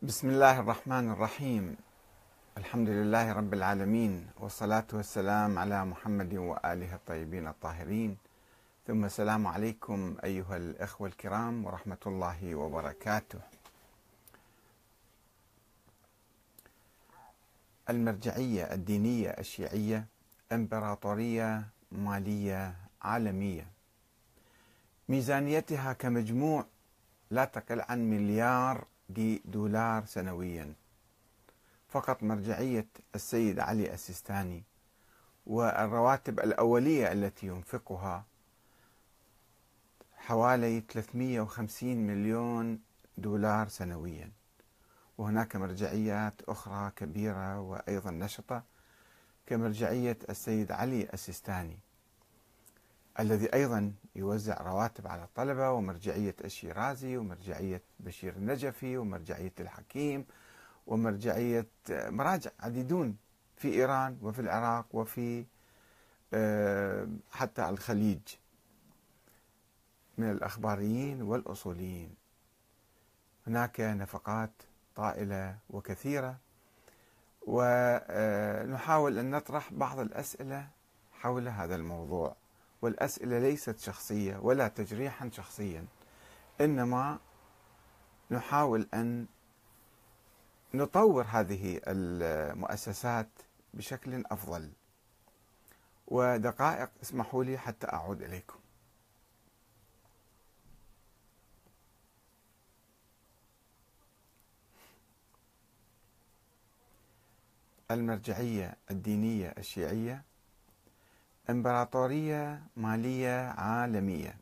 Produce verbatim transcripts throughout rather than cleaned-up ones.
بسم الله الرحمن الرحيم. الحمد لله رب العالمين، والصلاة والسلام على محمد وآله الطيبين الطاهرين، ثم السلام عليكم أيها الأخوة الكرام ورحمة الله وبركاته. المرجعية الدينية الشيعية إمبراطورية مالية عالمية، ميزانيتها كمجموع لا تقل عن مليار دي دولار سنويا. فقط مرجعية السيد علي السيستاني والرواتب الأولية التي ينفقها حوالي ثلاثمئة وخمسين مليون دولار سنويا. وهناك مرجعيات أخرى كبيرة وأيضا نشطة كمرجعية السيد علي السيستاني الذي أيضا يوزع رواتب على الطلبة، ومرجعية الشيرازي، ومرجعية بشير النجفي، ومرجعية الحكيم، ومرجعية مراجع عديدون في إيران وفي العراق وفي حتى الخليج من الأخباريين والأصوليين. هناك نفقات طائلة وكثيرة، ونحاول أن نطرح بعض الأسئلة حول هذا الموضوع، والأسئلة ليست شخصية ولا تجريحا شخصيا، إنما نحاول أن نطور هذه المؤسسات بشكل أفضل. ودقائق اسمحوا لي حتى أعود إليكم. المرجعية الدينية الشيعية إمبراطورية مالية عالمية،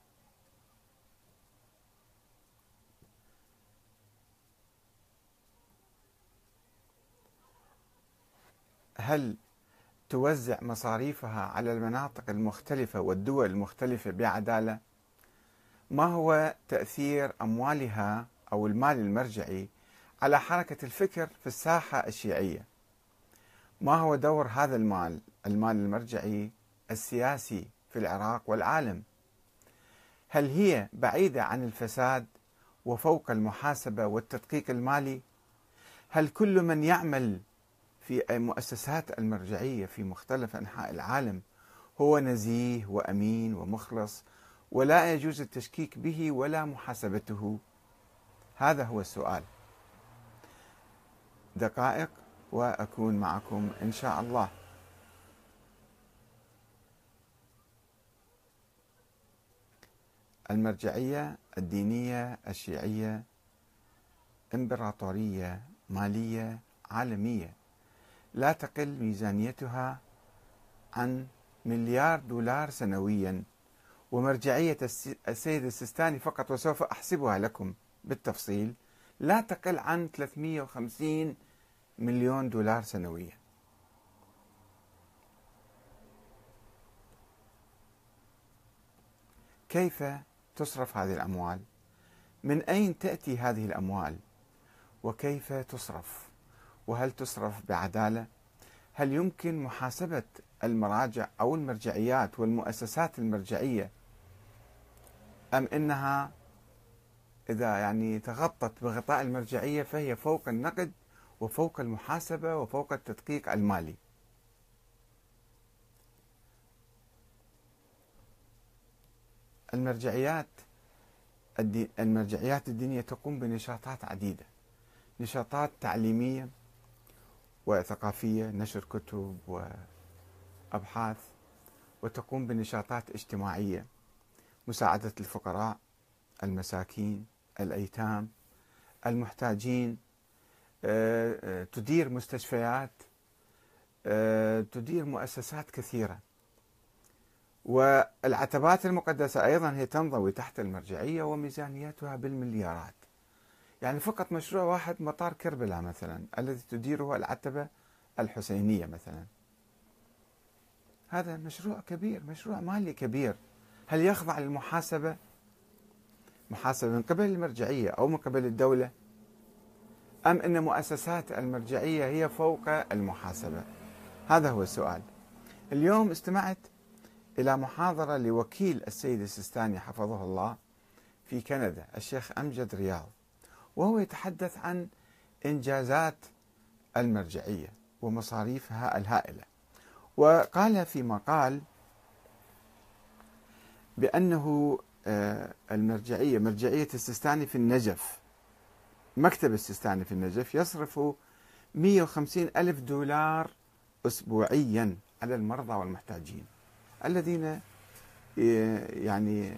هل توزع مصاريفها على المناطق المختلفة والدول المختلفة بعدالة؟ ما هو تأثير أموالها أو المال المرجعي على حركة الفكر في الساحة الشيعية؟ ما هو دور هذا المال المال المرجعي السياسي في العراق والعالم؟ هل هي بعيدة عن الفساد وفوق المحاسبة والتدقيق المالي؟ هل كل من يعمل في مؤسسات المرجعية في مختلف أنحاء العالم هو نزيه وأمين ومخلص ولا يجوز التشكيك به ولا محاسبته؟ هذا هو السؤال. دقائق وأكون معكم إن شاء الله. المرجعية الدينية الشيعية إمبراطورية مالية عالمية، لا تقل ميزانيتها عن مليار دولار سنويا. ومرجعية السيد السيستاني فقط، وسوف أحسبها لكم بالتفصيل، لا تقل عن ثلاثمئة وخمسين مليون دولار سنويا. كيف تصرف هذه الأموال؟ من أين تأتي هذه الأموال؟ وكيف تصرف؟ وهل تصرف بعدالة؟ هل يمكن محاسبة المراجع أو المرجعيات والمؤسسات المرجعية، أم إنها إذا يعني تغطت بغطاء المرجعية فهي فوق النقد وفوق المحاسبة وفوق التدقيق المالي؟ المرجعيات المرجعيات الدينية تقوم بنشاطات عديدة، نشاطات تعليمية وثقافية، نشر كتب وأبحاث، وتقوم بنشاطات اجتماعية، مساعدة الفقراء، المساكين، الأيتام، المحتاجين، تدير مستشفيات، تدير مؤسسات كثيرة. والعتبات المقدسة أيضا هي تنضوي تحت المرجعية وميزانيتها بالمليارات. يعني فقط مشروع واحد، مطار كربلاء مثلا الذي تديره العتبة الحسينية مثلا، هذا مشروع كبير، مشروع مالي كبير. هل يخضع للمحاسبة، محاسبة من قبل المرجعية أو من قبل الدولة، أم أن مؤسسات المرجعية هي فوق المحاسبة؟ هذا هو السؤال. اليوم استمعت إلى محاضرة لوكيل السيد السيستاني حفظه الله في كندا، الشيخ أمجد رياض، وهو يتحدث عن إنجازات المرجعية ومصاريفها الهائلة. وقال في مقال بأنه المرجعية مرجعية السيستاني في النجف، مكتب السيستاني في النجف يصرف مئة وخمسين ألف دولار أسبوعيا على المرضى والمحتاجين الذين يعني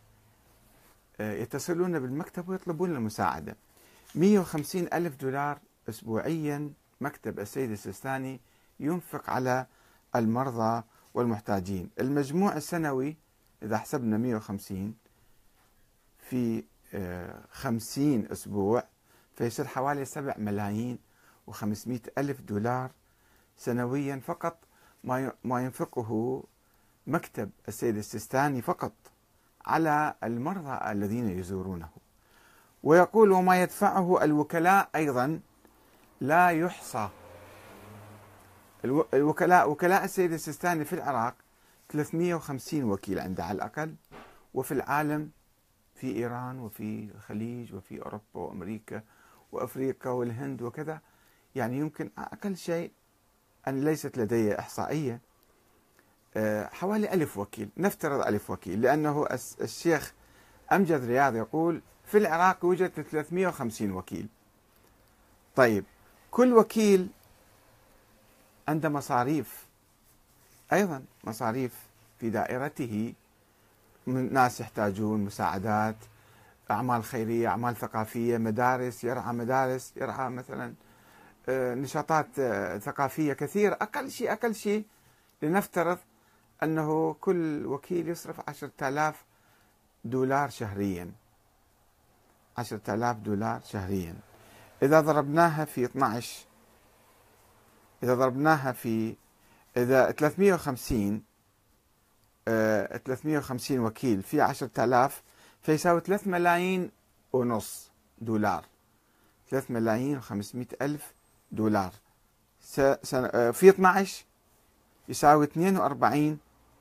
يتصلون بالمكتب ويطلبون المساعدة. مئة وخمسين ألف دولار أسبوعيا مكتب السيد السيستاني ينفق على المرضى والمحتاجين. المجموع السنوي إذا حسبنا مئة وخمسين في خمسين أسبوع فيصير حوالي سبع ملايين وخمسمائة ألف دولار سنويا فقط ما ينفقه مكتب السيد السيستاني فقط على المرضى الذين يزورونه. ويقول وما يدفعه الوكلاء أيضا لا يحصى. الوكلاء وكلاء السيد السيستاني في العراق ثلاثمئة وخمسين وكيل عنده على الأقل، وفي العالم في إيران وفي الخليج وفي أوروبا وأمريكا وأفريقيا والهند وكذا. يعني يمكن أقل شيء، أن ليست لدي إحصائية، حوالي ألف وكيل، نفترض ألف وكيل، لأنه الشيخ أمجد رياض يقول في العراق يوجد ثلاثمئة وخمسين وكيل. طيب كل وكيل عنده مصاريف، أيضا مصاريف في دائرته، من ناس يحتاجون مساعدات، أعمال خيرية، أعمال ثقافية، مدارس، يرعى مدارس، يرعى مثلا نشاطات ثقافية كثيرة. أقل شيء أقل شيء لنفترض أنه كل وكيل يصرف عشرة آلاف دولار شهريا، عشرة آلاف دولار شهريا. إذا ضربناها في اثني عشر، إذا ضربناها في إذا ثلاثمئة وخمسين آه ثلاثمئة وخمسين وكيل في عشرة آلاف فيساوي ثلاثة ملايين ونص دولار، ثلاثة ملايين وخمسمائة ألف دولار في اثني عشر يساوي اثنين وأربعين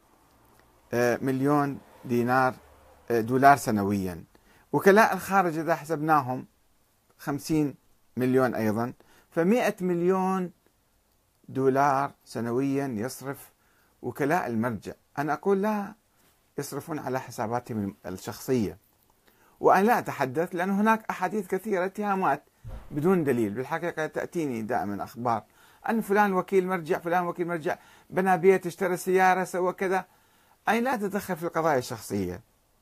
مليون دينار دولار سنويا. وكلاء الخارج إذا حسبناهم خمسين مليون أيضا، فمئة مليون دولار سنويا يصرف وكلاء المرجع. أنا أقول لا يصرفون على حساباتهم الشخصية، وأنا لا أتحدث لأن هناك أحاديث كثيرة اتهامات بدون دليل. بالحقيقة تأتيني دائما أخبار أن فلان وكيل مرجع، فلان وكيل مرجع بنى بيت، اشترى سيارة، سوى كذا. أي لا تتدخل في القضايا الشخصية.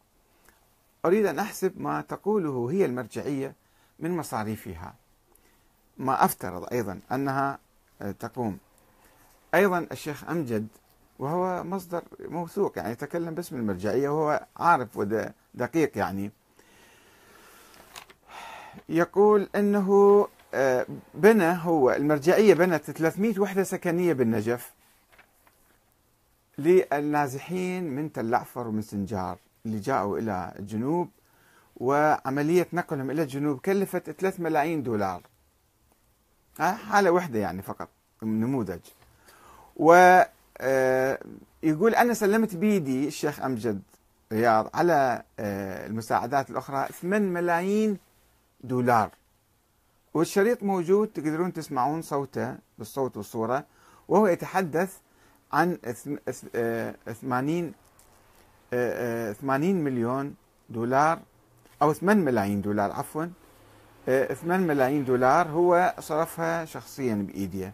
أريد أن أحسب ما تقوله هي المرجعية من مصاريفها، ما أفترض أيضا أنها تقوم. أيضا الشيخ أمجد وهو مصدر موثوق، يعني يتكلم باسم المرجعية وهو عارف ودقيق، يعني يقول أنه بنى هو المرجعية بنت ثلاثمئة وحدة سكنية بالنجف للنازحين من تل عفر ومن سنجار اللي جاءوا إلى الجنوب، وعملية نقلهم إلى الجنوب كلفت ثلاثة ملايين دولار. حالة واحدة يعني فقط، نموذج. ويقول أنا سلمت بيدي الشيخ أمجد رياض على المساعدات الأخرى ثمانية ملايين دولار، والشريط موجود تقدرون تسمعون صوته بالصوت والصورة، وهو يتحدث عن ثمانين ثمانين مليون دولار أو ثمانية ملايين دولار عفوا ثمانية ملايين دولار هو صرفها شخصيا بإيديه.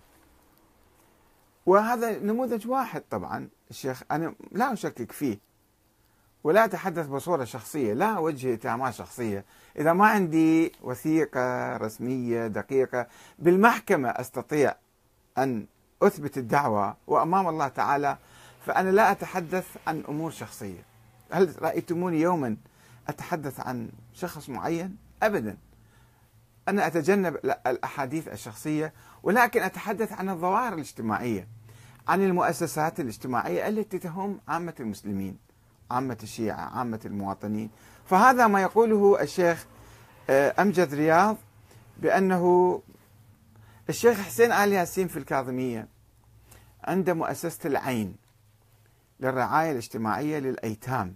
وهذا نموذج واحد طبعا. الشيخ أنا لا أشكك فيه ولا أتحدث بصورة شخصية، لا أوجه اتهامات شخصية. إذا ما عندي وثيقة رسمية دقيقة بالمحكمة أستطيع أن أثبت الدعوة وأمام الله تعالى، فأنا لا أتحدث عن أمور شخصية. هل رأيتموني يوما أتحدث عن شخص معين؟ أبدا. أنا أتجنب الأحاديث الشخصية، ولكن أتحدث عن الظواهر الاجتماعية، عن المؤسسات الاجتماعية التي تهم عامة المسلمين، عامة الشيعة، عامة المواطنين. فهذا ما يقوله الشيخ أمجد رياض، بأنه الشيخ حسين آل ياسين في الكاظمية عنده مؤسسة العين للرعاية الاجتماعية للأيتام.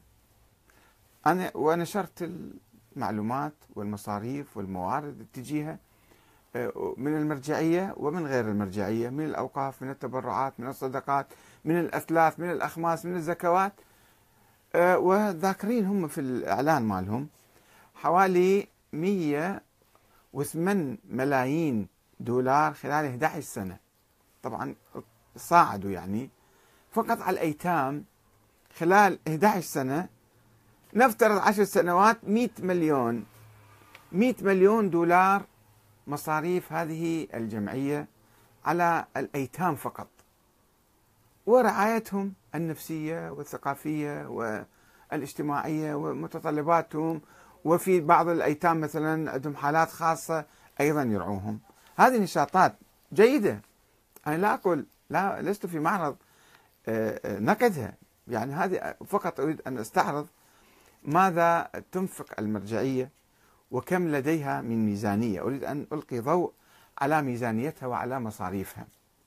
أنا ونشرت المعلومات والمصاريف والموارد اللي تجيها من المرجعية ومن غير المرجعية، من الأوقاف، من التبرعات، من الصدقات، من الأثلاث، من الأخماس، من الزكوات. وذاكرين هم في الإعلان مالهم حوالي مئة وثمانية ملايين دولار خلال إحدى عشرة سنة. طبعا صاعدوا يعني فقط على الأيتام خلال إحدى عشرة سنة، نفترض عشر سنوات، مئة مليون مئة مليون دولار مصاريف هذه الجمعية على الأيتام فقط، ورعايتهم النفسية والثقافية والاجتماعية ومتطلباتهم، وفي بعض الأيتام مثلا عندهم حالات خاصة أيضا يرعوهم. هذه نشاطات جيدة، أنا لا أقول، لا لست في معرض نقدها، يعني هذه فقط أريد أن أستعرض ماذا تنفق المرجعية وكم لديها من ميزانية. أريد أن ألقي ضوء على ميزانيتها وعلى مصاريفها.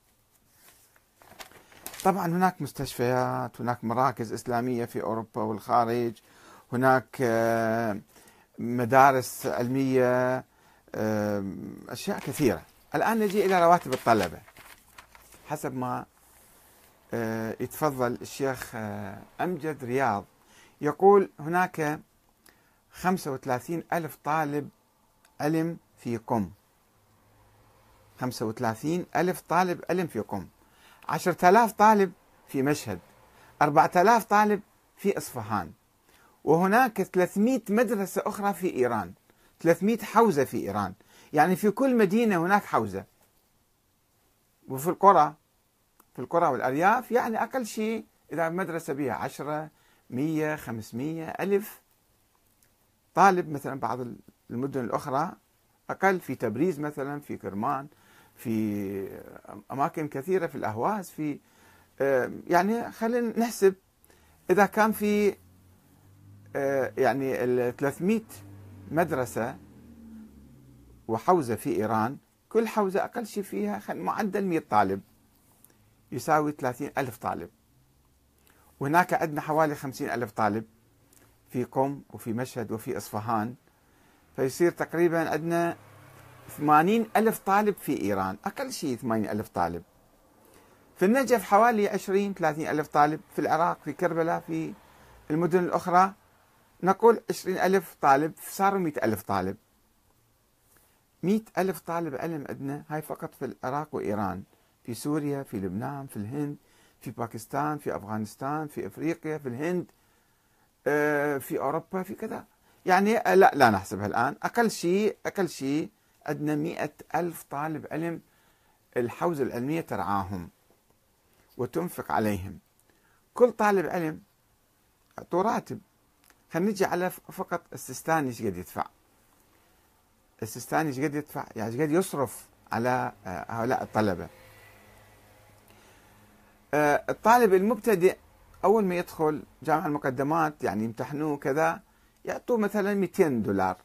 طبعا هناك مستشفيات، هناك مراكز إسلامية في أوروبا والخارج، هناك مدارس علمية، أشياء كثيرة. الآن نجي إلى رواتب الطلبة حسب ما يتفضل الشيخ أمجد رياض. يقول هناك خمسة وثلاثين ألف طالب علم في قم، خمسة وثلاثين ألف طالب علم في قم، عشرة آلاف طالب في مشهد، أربعة آلاف طالب في إصفهان، وهناك ثلاثمئة مدرسة أخرى في إيران، ثلاثمئة حوزة في إيران، يعني في كل مدينة هناك حوزة. وفي القرى، في القرى والأرياف يعني أقل شيء إذا مدرسة بها عشرة، مئة، خمسمئة، ألف طالب. مثلا بعض المدن الأخرى أقل، في تبريز مثلا، في كرمان، في أماكن كثيرة، في الأهواز، في يعني خلينا نحسب إذا كان في يعني ال ثلاثمئة مدرسة وحوزة في إيران، كل حوزة أقل شيء فيها معدل مئة طالب، يساوي ثلاثين ألف طالب. وهناك عندنا حوالي خمسين ألف طالب في قم وفي مشهد وفي إصفهان، فيصير تقريبا عندنا ثمانين ألف طالب في إيران، أقل شيء ثمانين ألف طالب. في النجف حوالي عشرين ثلاثين ألف طالب، في العراق، في كربلاء، في المدن الأخرى نقول عشرين ألف طالب، صاروا مئة ألف طالب. مئة ألف طالب علم عندنا، هاي فقط في العراق وإيران، في سوريا، في لبنان، في الهند، في باكستان، في أفغانستان، في أفريقيا، في الهند، في أوروبا، في كذا. يعني لا لا نحسبها الآن، أقل شيء أقل شيء عندنا مئة ألف طالب علم الحوزة العلمية ترعاهم وتنفق عليهم. كل طالب علم أعطوه راتب. خلينا نجي على فقط السيستاني ايش قد يدفع. السيستاني ايش قد يدفع، يعني ايش قد يصرف على هؤلاء الطلبة. الطالب المبتدئ أول ما يدخل جامعة المقدمات يعني يمتحنوه كذا، يعطوه مثلا مئتين دولار،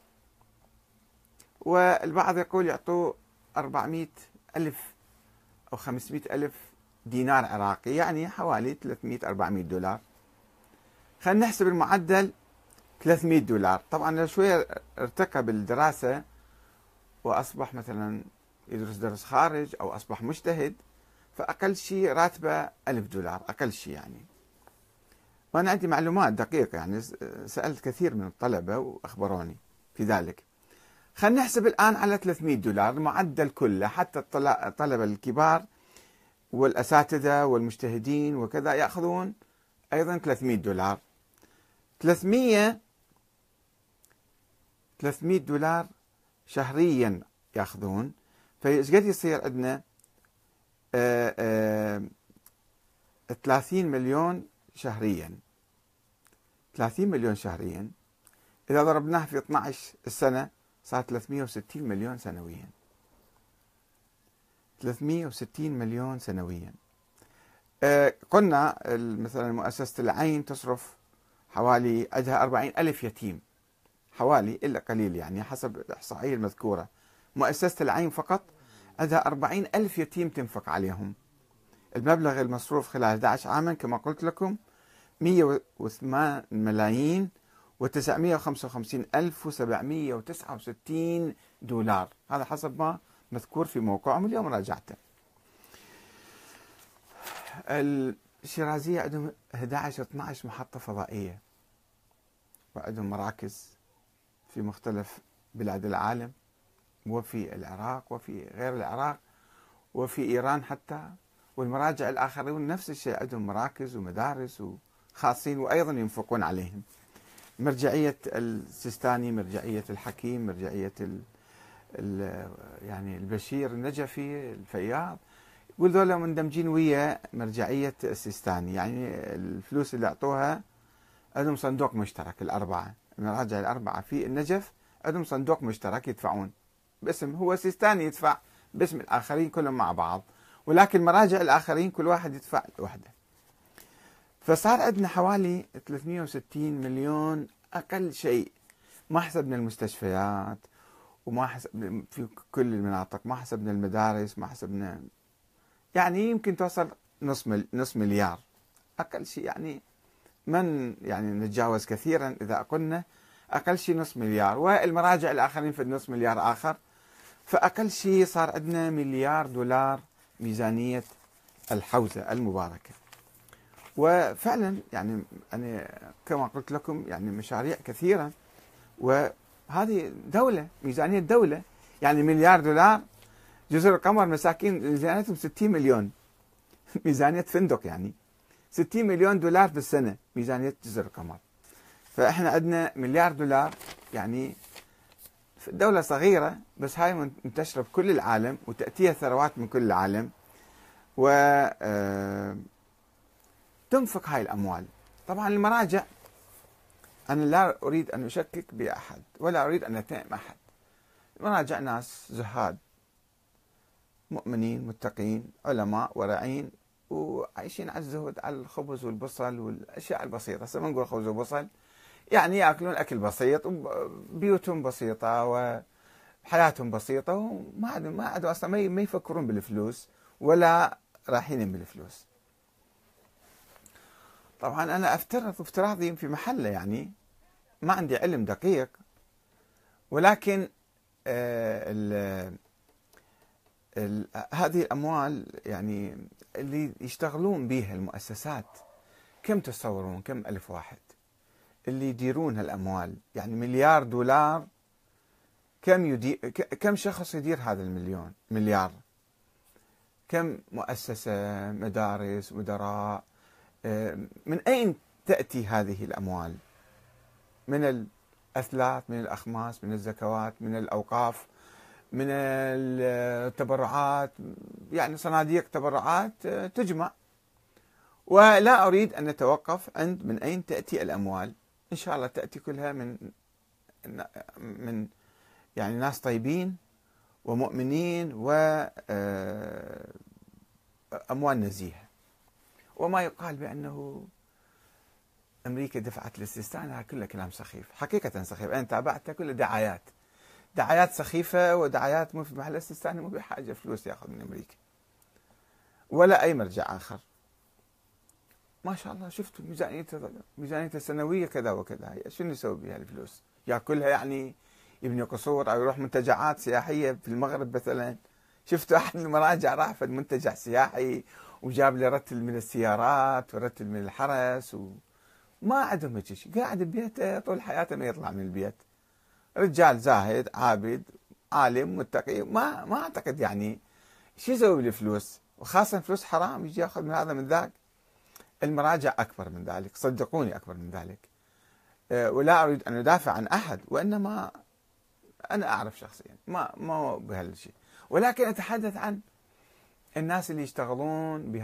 والبعض يقول يعطوه أربعمئة ألف أو خمسمئة ألف دينار عراقي، يعني حوالي ثلاثمئة أربعمئة دولار. خلينا نحسب المعدل ثلاثمئة دولار. طبعا لو شوية ارتقى بالدراسة وأصبح مثلا يدرس درس خارج أو أصبح مجتهد، فأقل شيء راتبه ألف دولار أقل شيء يعني. وأنا عندي معلومات دقيقة، يعني سألت كثير من الطلبة وأخبروني في ذلك. خلينا نحسب الآن على ثلاثمئة دولار المعدل كله، حتى الطلبة الكبار والأساتذة والمجتهدين وكذا يأخذون أيضا ثلاثمئة دولار. ثلاثمئة ثلاثمئة دولار شهريا يأخذون، فإيش قد يصير عندنا؟ آآ آآ ثلاثين مليون شهريا. ثلاثين مليون شهريا إذا ضربناه في اثني عشر السنة صار ثلاثمئة وستين مليون سنويا. ثلاثمئة وستين مليون سنويا. آه قلنا مثلا مؤسسة العين تصرف حوالي، عندها أربعين ألف يتيم، حوالي إلا قليل يعني حسب الإحصائية المذكورة. مؤسسة العين فقط عندها أربعين ألف يتيم تنفق عليهم. المبلغ المصروف خلال أحد عشر عاما كما قلت لكم مئة وثمانية ملايين وتسعمئة وخمسة وخمسين ألف وسبعمئة وتسعة وستين دولار. هذا حسب ما مذكور في موقعهم، اليوم راجعته. الشيرازية عندهم أحد عشر اثني عشر محطة فضائية، وعندهم مراكز في مختلف بلاد العالم، وفي العراق وفي غير العراق وفي إيران حتى. والمراجع الآخرون نفس الشيء، عندهم مراكز ومدارس وخاصين وأيضا ينفقون عليهم. مرجعية السيستاني، مرجعية الحكيم، مرجعية ال ال يعني البشير النجفي، الفياض، يقول ذولا مندمجين ويا مرجعية السيستاني. يعني الفلوس اللي أعطوها عندهم صندوق مشترك، الأربعة المراجع الأربعة في النجف عندهم صندوق مشترك يدفعون باسم، هو سيستاني يدفع باسم الآخرين كلهم مع بعض، ولكن مراجع الآخرين كل واحد يدفع لوحده. فصار عندنا حوالي ثلاثمئة وستين مليون أقل شيء، ما حسبنا المستشفيات وما حسب في كل المناطق، ما حسبنا المدارس، ما حسبنا، يعني يمكن توصل نص مل... نص مليار أقل شيء. يعني من يعني نتجاوز كثيرا إذا قلنا أقل شيء نص مليار، والمراجع الآخرين في النص مليار آخر، فأقل شيء صار عندنا مليار دولار ميزانية الحوزة المباركة. وفعلا يعني أنا كما قلت لكم يعني مشاريع كثيرة، وهذه دولة، ميزانية دولة، يعني مليار دولار. جزر القمر مساكين ميزانيتهم ستين مليون، ميزانية فندق، يعني ستين مليون دولار في السنة ميزانية جزر القمر. فإحنا عندنا مليار دولار، يعني دولة صغيرة بس هاي منتشرة بكل العالم وتأتيها ثروات من كل العالم، و تنفق هاي الأموال. طبعا المراجع، أنا لا أريد أن أشكك بأحد ولا أريد أن أتهم أحد. المراجع ناس زهاد، مؤمنين متقين علماء ورعين، وعايشين على الزهد، على الخبز والبصل والأشياء البسيطة. هسه ما نقول خبز وبصل، يعني يأكلون أكل بسيط، وبيوتهم بسيطة وحياتهم بسيطة، وما عندهم ما عندهم أصلا ما يفكرون بالفلوس ولا رايحين بالفلوس. طبعا أنا أفترض افتراضي في محله، يعني ما عندي علم دقيق، ولكن آه ال ال هذه الأموال يعني اللي يشتغلون بها المؤسسات، كم تصورون كم ألف واحد اللي يديرون هالأموال؟ يعني مليار دولار، كم يدير، كم شخص يدير هذا المليون مليار؟ كم مؤسسة، مدارس، مدراء؟ من أين تأتي هذه الأموال؟ من الأثلاث، من الأخماس، من الزكوات، من الأوقاف، من التبرعات، يعني صناديق تبرعات تجمع. ولا أريد أن نتوقف عند من أين تأتي الأموال، إن شاء الله تأتي كلها من من يعني ناس طيبين ومؤمنين وأموال نزيهة. وما يقال بأنه أمريكا دفعت للسيستان، هذا كله كلام سخيف، حقيقة سخيف. أنا تابعته كله دعايات، دعايات سخيفة ودعايات مو في محل. السيستاني مو بحاجة فلوس يأخذ من أمريكا ولا أي مرجع آخر. ما شاء الله شفتوا ميزانيته ميزانيته السنوية كذا وكذا، شنو يسوي بها الفلوس؟ ياكلها يعني يبني قصور أو يروح منتجعات سياحية في المغرب مثلا. شفتوا أحد المراجع راح في منتجع سياحي وجاب لي رتل من السيارات ورتل من الحرس، وما عندهم هيك شيء، قاعد ببيته طول حياته ما يطلع من البيت. رجال زاهد عابد عالم متقي، ما ما أعتقد يعني شو يسوي بالفلوس، وخاصة فلوس حرام يجي ياخذ من هذا من ذاك. المراجع أكبر من ذلك، صدقوني أكبر من ذلك. ولا أريد أن أدافع عن أحد، وإنما أنا أعرف شخصيا ما ما بهالشيء، ولكن أتحدث عن الناس اللي يشتغلون بها.